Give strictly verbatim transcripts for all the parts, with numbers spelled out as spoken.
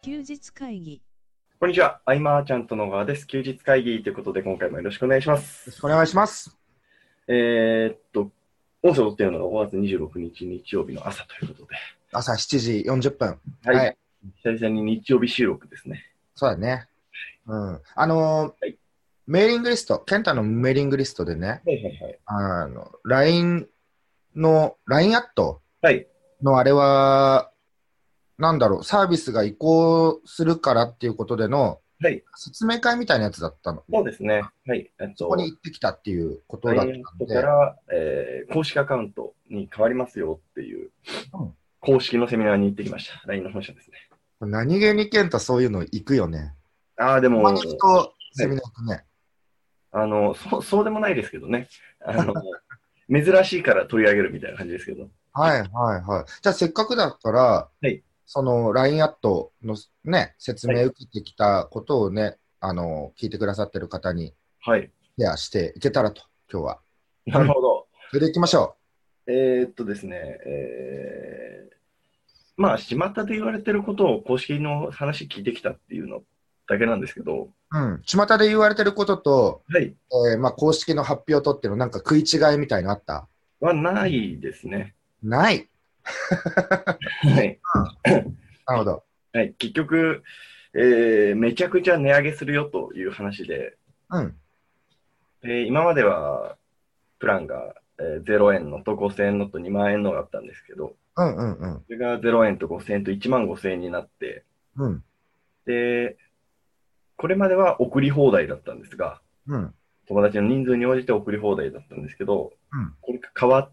休日会議。 こんにちは。アイマーちゃんと野川です。休日会議ということで、今回もよろしくお願いしまよろす。 しくお願いします。 えーっと、音声を撮っているのがごがつにじゅうろくにち日曜日の朝ということで。 朝しちじよんじゅっぷん。 はい。 はい。 久々に日曜日収録ですね。 そうだね。うん。あのーはいメーリングリスト、ケンタのメーリングリストでね、 はいはいはい。 あの、ライン の、ライン アットはい。 のあれは、なんだろう、サービスが移行するからっていうことでのはい。 説明会みたいなやつだったの。 そうですね。はい。えっそこにと、 行ってきたっていうことだったラインんで、 から、えー公式アカウントに変わりますよっていう、 うん公式のセミナーに行ってきました。ライン の本社ですね。 何気にケンタそういうの行くよね。 ああ、でも、 たまに行くとセミナー行くね。 あの、そう、そうでもないですけどね。あの、珍しいから取り上げるみたいな感じですけど。 はいはいはい。じゃあせっかくだから、 はいその ライン アットのね、説はい明受けてきたことをね、あの、聞いてくださってる方にはい。 シェアしていけたらと、今日は。 なるほど。 それで行きましょえーっとですね、えー、まあ、巷で言われてることを公式の話聞いてきたっていうのだけなんですけど、 う。うん。巷で言われてることと、 はい。 えーまあ、公式の発表とっていうのなんか食い違いみたいのあった？ はないですね。 ない。 はい。 なるほど。 はい。結局、えーめちゃくちゃ値上げするよという話で、 うん。 で今まではプランが、えーゼロえんのとごせんえんのとにまん円のがあったんですけど、 うんうんうん。 それがゼロえんとごせんえんといちまんごせん円になって、 うん。 で、これまでは送り放題だったんですが、 うん。 友達の人数に応じて送り放題だったんですけど、 うん。 これが変わって、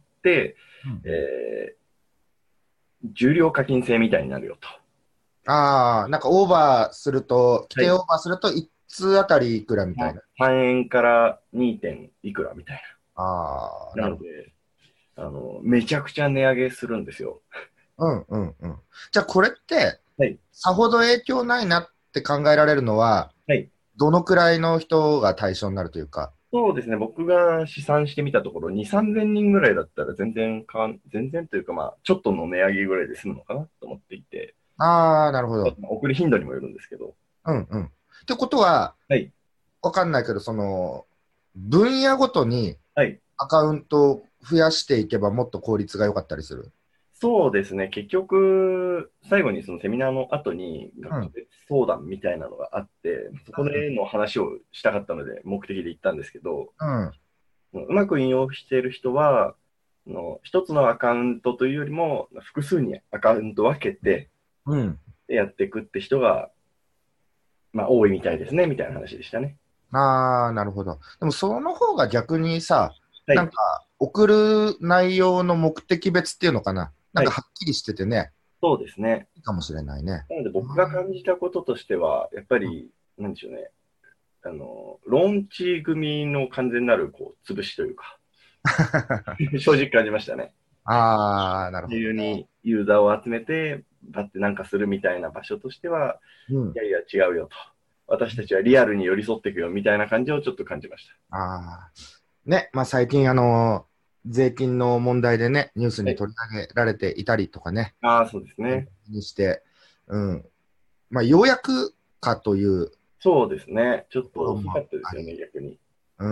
うんえー、重量課金制みたいになるよと。 ああ、なんかオーバーすると、規定はいオーバーするといっつあたりいくらみたいな。 さんえんから に. 点いくらみたいああ、 な。 なるほど。 なので、あの、めちゃくちゃ値上げするんですよ。 うんうんうん。じゃあこれって、 はい。 さほど影響ないなって考えられるのは、 はい。 どのくらいの人が対象になるというか。 そうですね。僕が試算してみたところ、に、さんぜんにんぐらいだったら全然かん、全然というかまあ、ちょっとの値上げぐらいで済むのかなと思っていて、 ああ、なるほど。 送り頻度にもよるんですけど。 うんうん。ってことは、 はい。 わかんないけど、その、分野ごとにはい。 アカウントを増やしていけばもっと効率が良かったりする。 そうですね。結局、最後にそのセミナーの後に、学別相談みたいなのがあって、そこでの話をしたかったので、目的で行ったんですけど、 うん。 うまく引用している人は、あの一つのアカウントというよりも、複数にアカウント分けてうん。 やっていくって人が、まあ、多いみたいですね、みたいな話でしたね。 ああ、なるほど。でもその方が逆にさ、 はい。 なんか送る内容の目的別っていうのかな。なんかはっきりしててね、 そうですね。 いいかもしれないね。 なので僕が感じたこととしては、やっぱり、なんでしょうね。あの、ローンチ組の完全なる、こう、潰しというか、正直感じましたね。 ああ、なるほど。 自由にユーザーを集めて、バッてなんかするみたいな場所としては、 うんい。やいや違うよと。私たちはリアルに寄り添っていくよみたいな感じをちょっと感じましああ。ね、まあ最近あの、税金の問題でね、ニュースに取り上げられていたりとかね、 た。ああ、そうですね。 にして、うん。まあようやくかという、 そうですね。ちょっと遅かったですよね、逆に。 うん。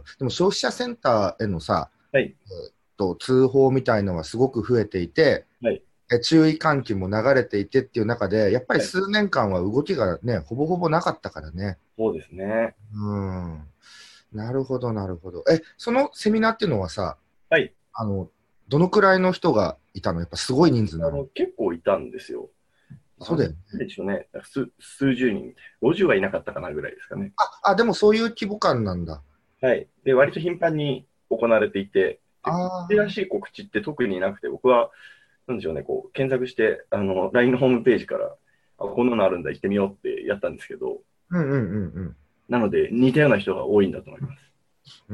でも消費者センターへのさ、 はい。 えーっと、通報みたいのがすごく増えていて、 はい。 え注意喚起も流れていてっていう中で、やっぱりはい数年間は動きがね、ほぼほぼなかったからね。 そうですね。 うん。なるほど、なるほど。え、そのセミナーっていうのはさ、 はい。 あの、どのくらいの人がいたの？やっぱすごい人数なの？ あの結構いたんですよ。 そうだよね。 なんでしょうね。数数十人みたいな。ごじゅうはいなかったかなぐらいですかね。 あ、あ、でもそういう規模感なんだ。 はい。で、割と頻繁に行われていて、で、 あ告知らしい告知って特になくて、僕は、なんでしょうね、こう、検索して、あの、ライン のホームページから、あ、こんなのあるんだ、行ってみようってやったんですけど、 あ、うんうんうんなので、似たような人が多いんだと思います。 うん。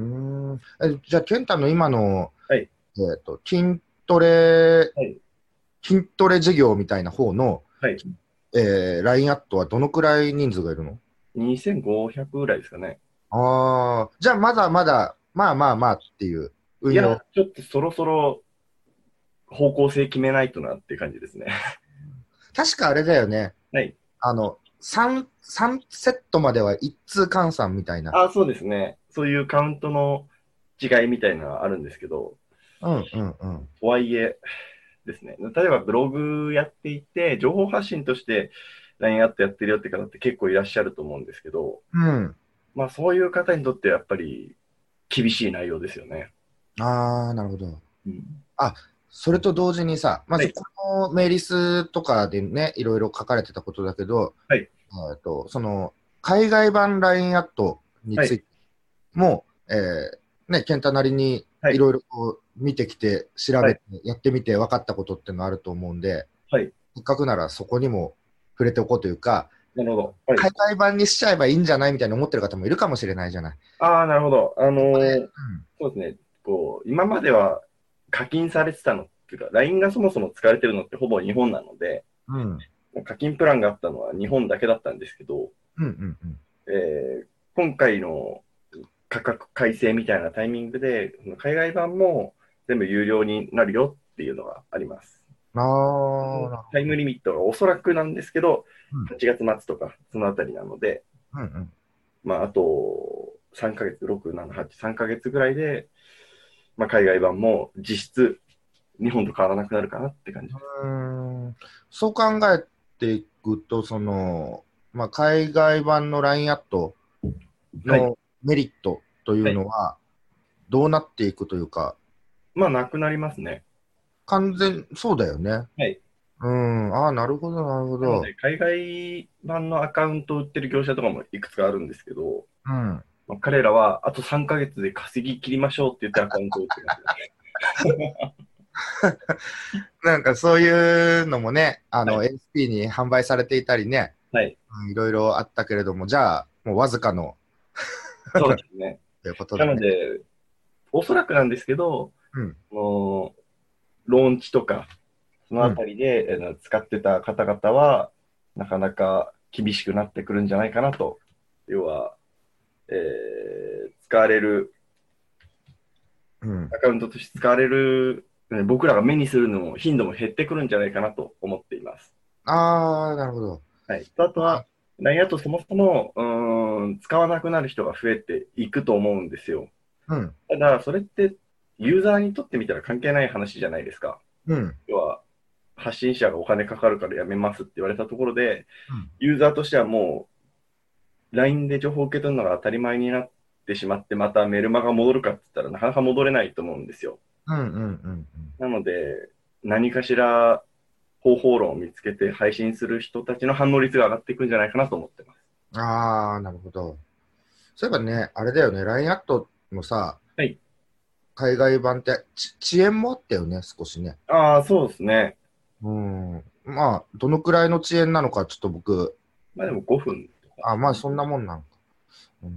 うーん。え、じゃあ、ケンタの今の、 はい。 えっと、筋トレ、 はい。 筋トレ事業みたいな方の、 はい。 えー、ライン アットはどのくらい人数がいるの？ にせんごひゃくぐらいですかね。 ああ、じゃあまだまだ、まあまあまあっていう運用。 いや、ちょっとそろそろ方向性決めないとなっていう感じですね。 確かあれだよね。 はい。 ああの、さん、さんセットまでは一通換算みたいな。 あ、そうですね。そういうカウントの違いみたいなのがあるんですけど、 うんうんうん。 とはいえですね、例えばブログやっていて、情報発信として ライン アットやってるよって方って結構いらっしゃると思うんですけど、 うん。 まあそういう方にとってはやっぱり厳しい内容ですよね。 ああ、なるほど。 うん、 あ、それと同時にさ、まはい、 ずこのメイリスとかでね、いろいろ書かれてたことだけど、 はい、 えっと、その、海外版 ライン アットにはい、 ついても、えーね、健太なりにはい、 いろいろこう見てきて、調はい、 べて、やってみて分かったことっていうのあると思うんで、 はい、 せっかくならそこにも触れておこうというか、 なるほど。はい。 海外版にしちゃえばいいんじゃないみたいに思ってる方もいるかもしれないじゃない。 ああ、なるほど。あのーうん。 そうですね。こう、今までは課金されてたのっていうか、ライン がそもそも使われてるのってほぼ日本なので、 うん。 課金プランがあったのは日本だけだったんですけど、 うんうんうん。 えー今回の価格改正みたいなタイミングで、海外版も全部有料になるよっていうのがあります。 ああ、なるほど。 タイムリミットがおそらくなんですけど、 うん。 はちがつ末とか、そのあたりなので、 うんうん。 まあ、あとさんかげつ、ろく、なな、はち、さんかげつぐらいで、まあ、海外版も実質日本と変わらなくなるかなって感じです。 うーん、そう考えていくと、その、まあ、海外版の ライン アットはい。 のメリットといはい。 うのは、どうなっていくというか、 まあ、なくなりますね。 完全、そうだよね。 はい。 うん、ああ、なるほど、なるほど。 なので、海外版のアカウントを売ってる業者とかもいくつかあるんですけど、 うん。 まあ、彼らはあとさんかげつで稼ぎ切りましょうって言ってアカウントを売ってますね。 なんかそういうのもね、あの、 はい。 エーエスピー に販売されていたりね、 はい。 うん、いろいろあったけれども、じゃあ、もうわずかのそうですね。 ということなだね。 ので、おそらくなんですけど、 うん、 もうローンチとか、そのうん。 あたりでえー使ってた方々は、なかなか厳しくなってくるんじゃないかなと。要は、えー使われる、 うん。 アカウントとして使われる、ね僕らが目にするのも頻度も減ってくるんじゃないかなと思っています。 ああ、なるほど。 はい。あとは、ライン アットそもそも、うーん、使わなくなる人が増えていくと思うんですよ。 うん、 ただ、それってユーザーにとってみたら関係ない話じゃないですか。 うん、 要は、発信者がお金かかるからやめますって言われたところで、 うん、 ユーザーとしてはもう、ライン で情報を受け取るのが当たり前になってしまって、またメルマガ戻るかって言ったらなかなか戻れないと思うんですよ。 うん、うん、うん。 なので、何かしら方法論を見つけて配信する人たちの反応率が上がっていくんじゃないかなと思ってます。 ああ、なるほど。そういえばね、あれだよね、ライン アットのさ、 はい。 海外版ってち遅延もあったよね、少しね。 ああ、そうですね。 うん。まあ、どのくらいの遅延なのか、ちょっと僕、 まあでもごふんとか。 あ、まあ、そんなもんなんか。うん。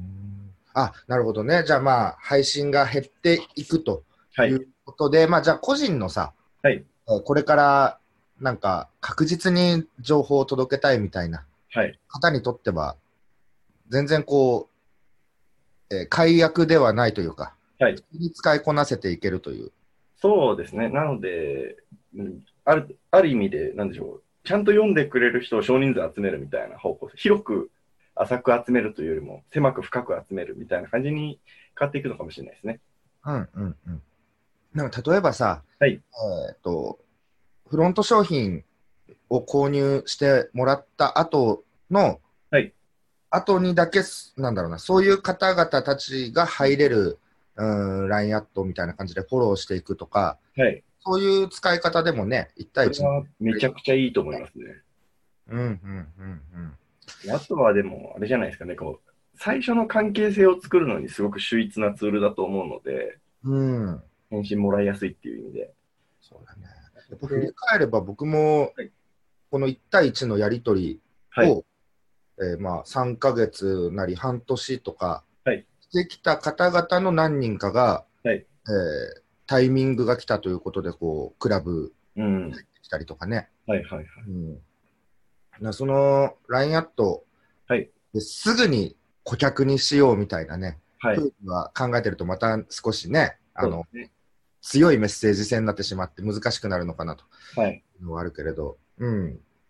あ、なるほどね。じゃあまあ、配信が減っていくとはい。 いうことで、まあ、じゃあ個人のさ、 はい。 えーこれからなんか確実に情報を届けたいみたいなはい。 方にとっては、全然こう、えー解約ではないというか、 はい。 普通に使いこなせていけるという。 そうですね。なので、うんある、ある意味で、なんでしょう。ちゃんと読んでくれる人を少人数集めるみたいな方向、広く浅く集めるというよりも、狭く深く集めるみたいな感じに変わっていくのかもしれないですね。 うんうんうん。なんか例えばさ、 はい。 えっと、フロント商品を購入してもらった後の、 はい。 後にだけす、なんだろうな、そういう方々たちが入れる、うん、ライン アットみたいな感じでフォローしていくとか、 はい。 そういう使い方でもね、いち対いちの。 それはめちゃくちゃいいと思いますね。 うんうんうんあとはでも、あれじゃないですかね、こう、最初の関係性を作るのにすごく秀逸なツールだと思うので、 うん。うん。 返信もらいやすいっていう意味で。 そうだね。やっぱ振り返れば僕も、 はい。 このいち対いちのやり取りはい。 を、えーまあさんかげつなり半年とかはい。 してきた方々の何人かが、 はい。 えータイミングが来たということで、こう、クラブうん。 来たりとかね。 はい。はい。はい。 うん、なその ライン アットはい。 ですぐに顧客にしようみたいなね、 はい。 ふうには考えてると、また少しね、あの、 そうですね。 強いメッセージ性になってしまって難しくなるのかなとはい。 いうのはあるけれど、うん。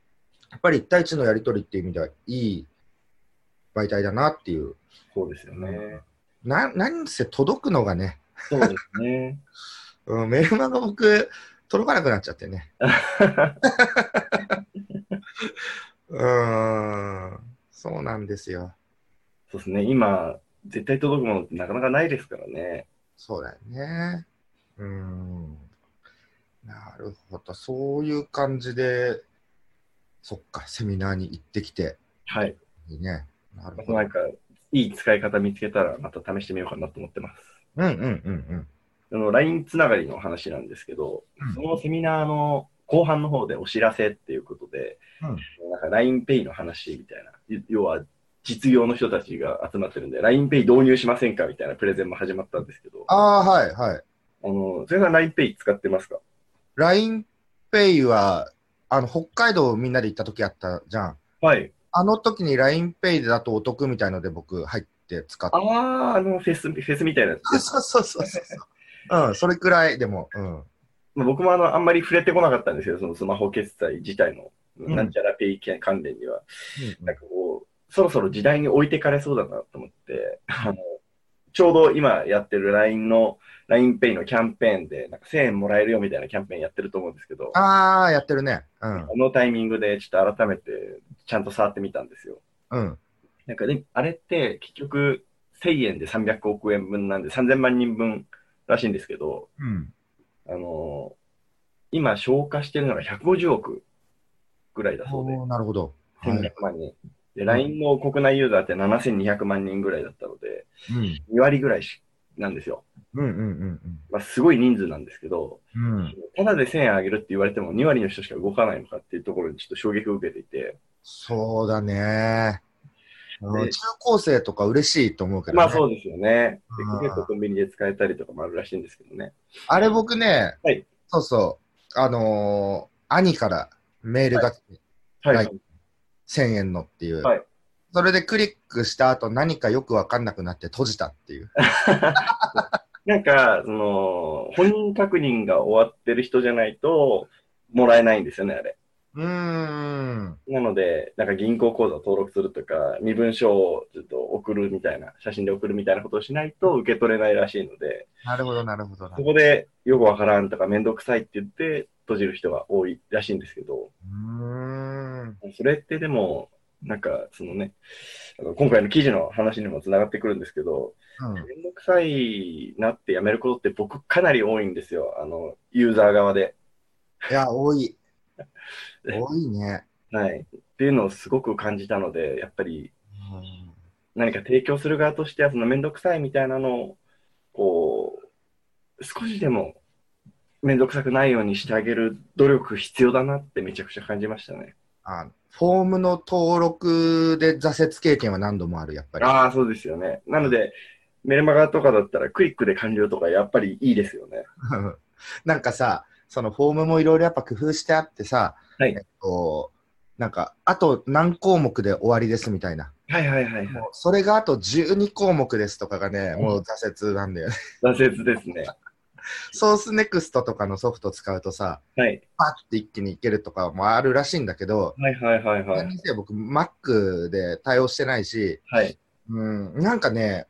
やっぱり一対一のやり取りっていう意味ではいい媒体だなっていう。 そうですよね。 な、何せ届くのがね、 そうですね。 うん、メルマガ僕、届かなくなっちゃってね。うーん、そうなんですよ。 そうですね。今、絶対届くものってなかなかないですからね。 そうだよね。うーん、なるほど。そういう感じで、そっか、セミナーに行ってきて、 はい。 いいね。なるほど。 なんか、いい使い方見つけたら、また試してみようかなと思ってます。 うんうんうんあの、ライン つながりの話なんですけど、そのセミナーの後半の方でお知らせっていうことで、 うん。うん。 なんか ラインペイ の話みたいな、要は実業の人たちが集まってるんで、ラインペイ 導入しませんかみたいなプレゼンも始まったんですけど、 ああ、はいはい。 あの、それが ラインペイ 使ってますか？ ラインペイ は、あの、北海道みんなで行った時あったじゃん。 はい。 あの時に ラインペイ だとお得みたいので僕入って使っああ、あのフェス、フェスみたいなやつた。 です。 そうそうそうそうそう。うん、それくらいでも、うん。 まあ僕もあの、あんまり触れてこなかったんですけど、そのスマホ決済自体の、 うん。 なんちゃらペイ関連には。 うんうんなんかこう、そろそろ時代に置いてかれそうだなと思って、あの、ちょうど今やってる ライン の、ラインペイ のキャンペーンで、なんかせんえんもらえるよみたいなキャンペーンやってると思うんですけど、 ああ、やってるね。うん。 あのタイミングでちょっと改めてちゃんと触ってみたんですよ。 うん。 なんかね、あれって結局せんえんでさんびゃくおくえんぶんなんでさんぜんまん人分らしいんですけど、 うん。 あの今消化してるのがひゃくごじゅうおくぐらいだそうで、 おー、なるほど。はい。 せんにひゃくまん人。で、 うん。 ライン の国内ユーザーってななせんにひゃくまん人ぐらいだったので、 うん。 に割ぐらいしなんですよ。 うんうんうんまあ、すごい人数なんですけど、 うん。うん。 ただでせんえんあげるって言われてもに割の人しか動かないのかっていうところにちょっと衝撃を受けていて、 そうだね。うん、 で、 中高生とか嬉しいと思うけどね。 まあそうですよね。で、結構うん。 コンビニで使えたりとかもあるらしいんですけどね。 あれ僕ね、 はい。 そうそう、あのー兄からメールはい。 が来て、 はい。 ラインはい。 せんえんのっていう。 はい。 それでクリックした後何かよくわかんなくなって閉じたっていう。 なんか、その、本人確認が終わってる人じゃないと、もらえないんですよね、あれ。 うーん。 なので、なんか銀行口座を登録するとか、身分証をちょっと送るみたいな、写真で送るみたいなことをしないと受け取れないらしいので、 なるほど、なるほど、なるほど。 そこでよくわからんとかめんどくさいって言って閉じる人が多いらしいんですけど、 うーん。 それってでも、なんか、そのね、あの今回の記事の話にもつながってくるんですけど、 うん。 めんどくさいなってやめることって僕かなり多いんですよ。あの、ユーザー側で。 いや、多い。多いね。 はい。っていうのをすごく感じたので、やっぱりうん。 何か提供する側としては、そのめんどくさいみたいなのを、こう、少しでもめんどくさくないようにしてあげる努力必要だなってめちゃくちゃ感じましたね。 あ、フォームの登録で挫折経験は何度もある、やっぱり。 ああ、そうですよね。なので、メルマガとかだったらクリックで完了とかやっぱりいいですよね。 なんかさ、そのフォームもいろいろやっぱ工夫してあってさ、 はい。 えっと、なんか、あと何項目で終わりですみたいな。 はいはいはいはい。 もうそれがあとじゅうに項目ですとかがね、もう挫折なんだよね。 挫折ですね。 ソースネクストとかのソフト使うとさ、 はい。 パッて一気にいけるとかもあるらしいんだけど、 はいはいはいはい。 何にせよ僕、Mac で対応してないし、 はい。 うん、なんかね、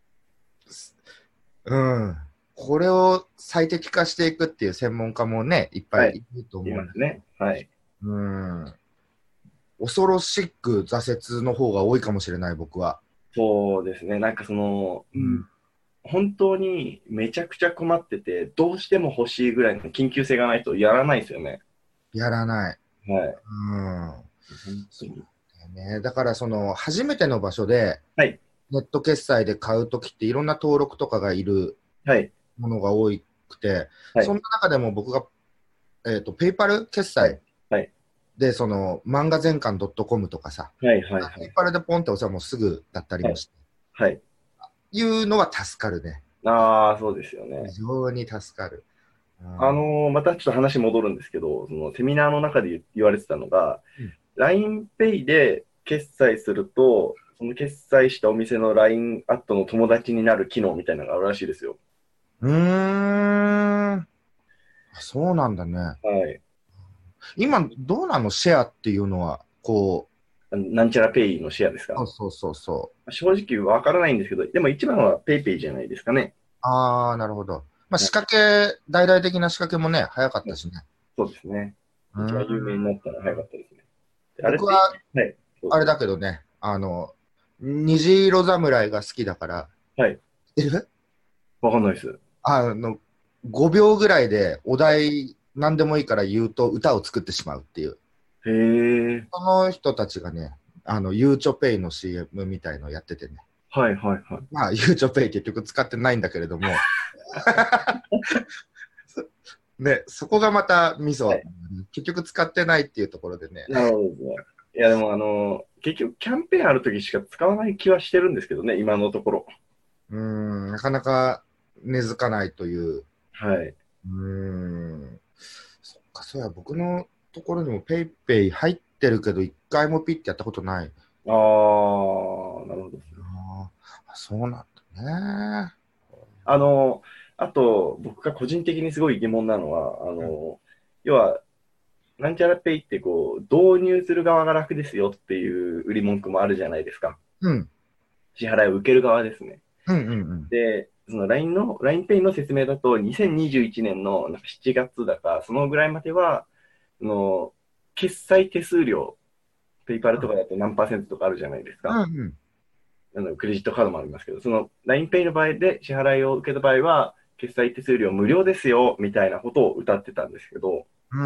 うん、これを最適化していくっていう専門家もね、いっぱはい。 いいるとい思うんだけますね。はい。 ど、うん、恐ろしく挫折の方が多いかもしれない、僕は。 そうですね。なんかその、うん、 うん、 本当にめちゃくちゃ困ってて、どうしても欲しいぐらいの緊急性がないとやらないですよね。 やらない。 はい。 うん、 本当に。 だよね。だからその初めての場所ではい。 ネット決済で買うときっていろんな登録とかがいるはい。 ものが多くて、 はい。 そんな中でも僕が、えーと、ペイパル決済はい。はい。 で、その漫画全巻 .com とかさ、 はい。はい。 ペイパルでポンって押せばもうすぐだったりはい。 もして、 はい。 いうのは助かるね。 ああ、そうですよ非ね。 常に助かる。うあん。 のーまたちょっと話戻るんですけど、そのセミナーの中で言言われてたのが、 うん。 ラインペイ で決済すると、その決済したお店の ライン アットの友達になる機能みたいなのがあるらしいですよ。 うーん。そうなんだね。 はい。 今、どうなのシェアっていうのは、 こなんちゃらペイのシェアですう、 か？ そうそうそうそう。 正直わからないんですけど、でも一番はペイペイじゃないですかね。 ああ、なるほど。まあ、 はい、 仕掛け、大々的な仕掛けもね、早かっはい、 たしね。 そうですね。 う一番有名になーん。 ったのは早かったですね。であれって、 僕は、 はい、そうあれぞ。 だけどね、あの、虹色侍が好きだから、 はい、 知ってる？ わかんないです。 あの、ごびょうぐらいでお題何でもいいから言うと歌を作ってしまうっていう。 へえ、 その人たちがね、あの、ゆうちょペイの シーエム みたいのをやっててね。 はいはいはい。 まあ、ゆうちょペイ結局使ってないんだけれども、ね、そこがまたミソ。 はい、 結局使ってないっていうところでね。 なるほどですね。いやでもあの、結局キャンペーンあるときしか使わない気はしてるんですけどね、今のところ。 うーん、なかなか根付かないという。 はい。 うーん。そっか、そうや、僕のところにもペイペイ入ってるけど、一回もピッてやったことない。 ああ、なるほど。 あーあ、そうなんだね。 あの、あと、僕が個人的にすごい疑問なのは、あうん。 の、要は、なんちゃらペイってこう、導入する側が楽ですよっていう売り文句もあるじゃないですか。 うん。 支払いを受ける側ですね。 うん。うん。 で、その ライン の、ラインペイの説明だと、にせんにじゅういちねんのなんかしちがつだか、そのぐらいまでは、その、決済手数料、ペイパルとかだと何パーセントとかあるじゃないですか。 うん。うん。 あのクレジットカードもありますけど、その ラインペイの場合で支払いを受けた場合は、決済手数料無料ですよ、みたいなことを謳ってたんですけど、 うん。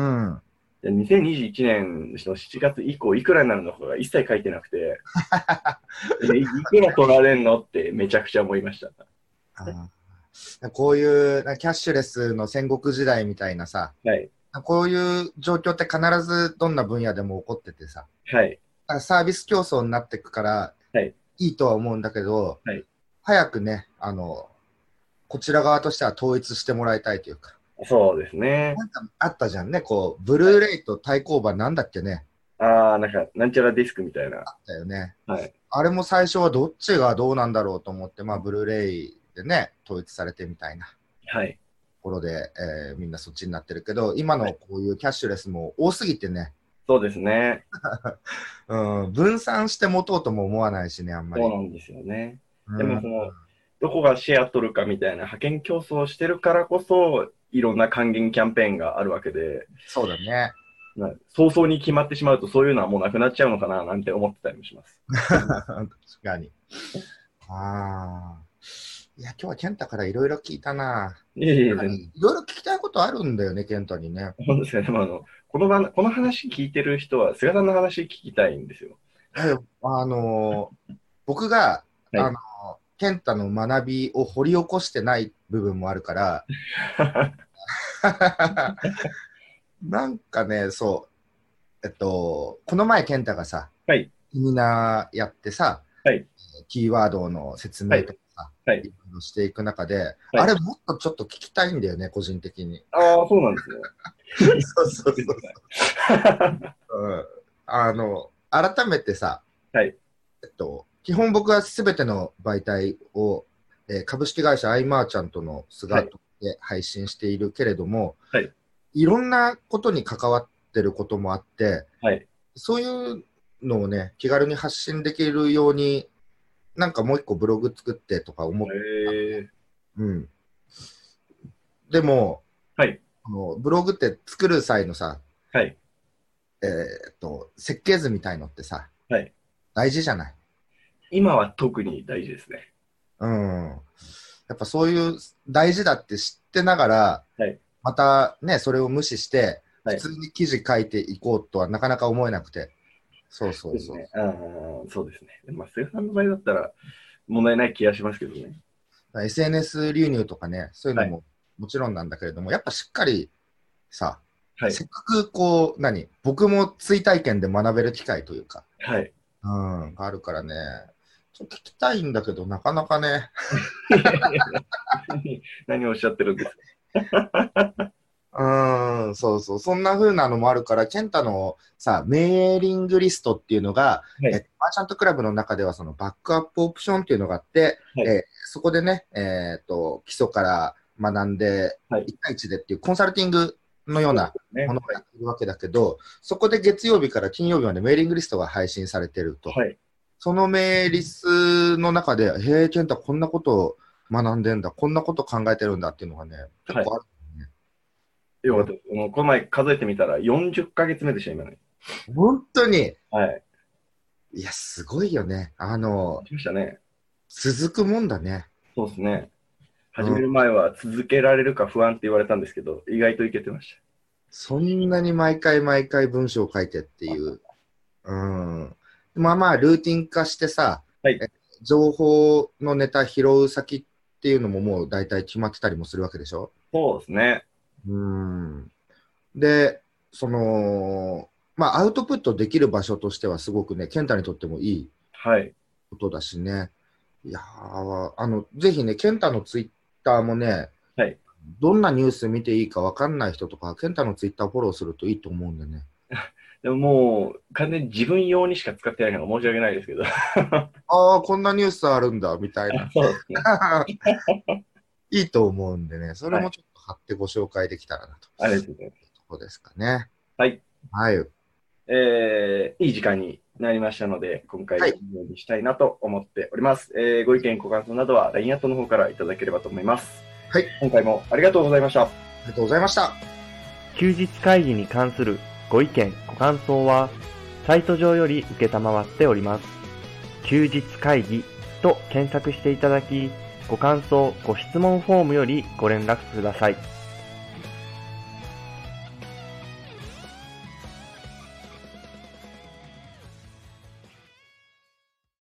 にせんにじゅういちねんのしちがつ以降、いくらになるのかが一切書いてなくて、えいくら取られんのってめちゃくちゃ思いました。 あーこういうなキャッシュレスの戦国時代みたいなさ、 はい。 こういう状況って必ずどんな分野でも起こっててさ、 はい。 だからサービス競争になっていくからはい。 いいとは思うんだけど、 はい。 早くね、あの、こちら側としては統一してもらいたいというか、 そうですね。 なんかあったじゃんね、こう、ブルーレイと対抗馬なんだっけね、 ああ、なんか、なんちゃらディスクみたいな。 だよね。 はい。 あれも最初はどっちがどうなんだろうと思って、まあ、ブルーレイでね、統一されてみたいなとはい。 ころで、えーみんなそっちになってるけど、今のこういうキャッシュレスも多すぎてね、 そうですね。 うん、分散して持とうとも思わないしね、あんまり。 そうなんですよね。 うん、 でもその、どこがシェア取るかみたいな派遣競争をしてるからこそ、いろんな還元キャンペーンがあるわけで、 そうだね。 まあ早々に決まってしまうとそういうのはもうなくなっちゃうのかななんて思ってたりもします。 確かに。ああ。いや、今日は健太からいろいろ聞いたな。 いえいえ、全然。 いろいろ聞きたいことあるんだよね、健太にね。 本当ですかね。でもあの、この場、この話聞いてる人は、菅さんの話聞きたいんですよ。 えあのー僕が、 はい。 あのー健太の学びを掘り起こしてない部分もあるから、なんかね、そう、えっと、この前健太がさ、 はい。 セミナーやってさ、 はい。 キーワードの説はい。 明とかさ、 はい。 いろいろしていく中で、 はい。 あれもっとちょっと聞きたいんだよね、個人的に。 ああ、そうなんですね。 そうそうそう。 はうん、あの、改めてさ、 い。 えっと、基本僕はすべての媒体を、えー株式会社アイマーチャントのはい。 姿で配信しているけれども、 はい。 いろんなことに関わってることもあって、 はい。 そういうのをね、気軽に発信できるように、なんかもう一個ブログ作ってとか思っえた。 ー、 うん。でも、 はい。 あのブログって作る際のさ、 はい。 えーっと、設計図みたいのってさ、 はい。 大事じゃない。 今は特に大事ですね。 うん。やっぱそういう大事だって知ってながら、 はい。 またね、それを無視して、 はい。 普通に記事書いていこうとはなかなか思えなくて。そうそうそう。 ですね。ああ、そうですね。まあ、菅さんの場合だったら問題ない気がしますけどね。 エスエヌエス 流入とかね、そういうのはい。 ももちろんなんだけれども、やっぱしっかりさ、 はい。 せっかくこう、何、僕も追体験で学べる機会というか、 はい。 うん、があるからね、ちょっと聞きたいんだけど、なかなかね、 何何をおっしゃってるんですか？ うーん、そうそう、そんな風なのもあるから、ケンタのさ、メーリングリストっていうのが、 はい。 えマーチャントクラブの中ではそのバックアップオプションっていうのがあって、 はい。 えーそこでね、えーと、基礎から学んで、 はい。 いち対いちでっていうコンサルティングのようなものがいるわけだけど、そこで月曜日から金曜日までメーリングリストが配信されてると。 はい。 そのメーリスの中で、へえ、健太こんなことを学んでんだ、こんなこと考えてるんだっていうのがね、結構ある、ね。 よかったです。この前数えてみたらよんじゅっかげつめでした、今ね。 本当に。 はい。 いや、すごいよね。あの、 しましたね。 続くもんだね。 そうですね。始める前は続けられるか不安って言われたんですけど、意外といけてました。 そんなに毎回毎回文章を書いてっていう。うん。まあまあ、ルーティン化してさ、 はい、 情報のネタ拾う先っていうのももう大体決まってたりもするわけでしょ？ そうですね。 うん。で、その、まあ、アウトプットできる場所としてはすごくね、健太にとってもいいことだしね。はい、いやー、あの、ぜひね、健太のツイッターもね、 はい、 どんなニュース見ていいか分かんない人とか、健太のツイッターフォローするといいと思うんでね。 でももう、完全に自分用にしか使ってないのが申し訳ないですけど。 ああ、こんなニュースあるんだ、みたいな。 そうですね。 いいと思うんでね、それもちょっと貼ってご紹介できたらなと。 ありがとうございます。 とこですかね。 はい。 はい。 えー、いい時間になりましたので、今回、お読みしたいなと思っております。はい、えー、ご意見、ご感想などは ライン アットの方からいただければと思います。 はい。 今回もありがとうございました。ありがとうございました。 休日会議に関するご意見、ご感想は、サイト上より受けたまわっております。休日会議と検索していただき、ご感想、ご質問フォームよりご連絡ください。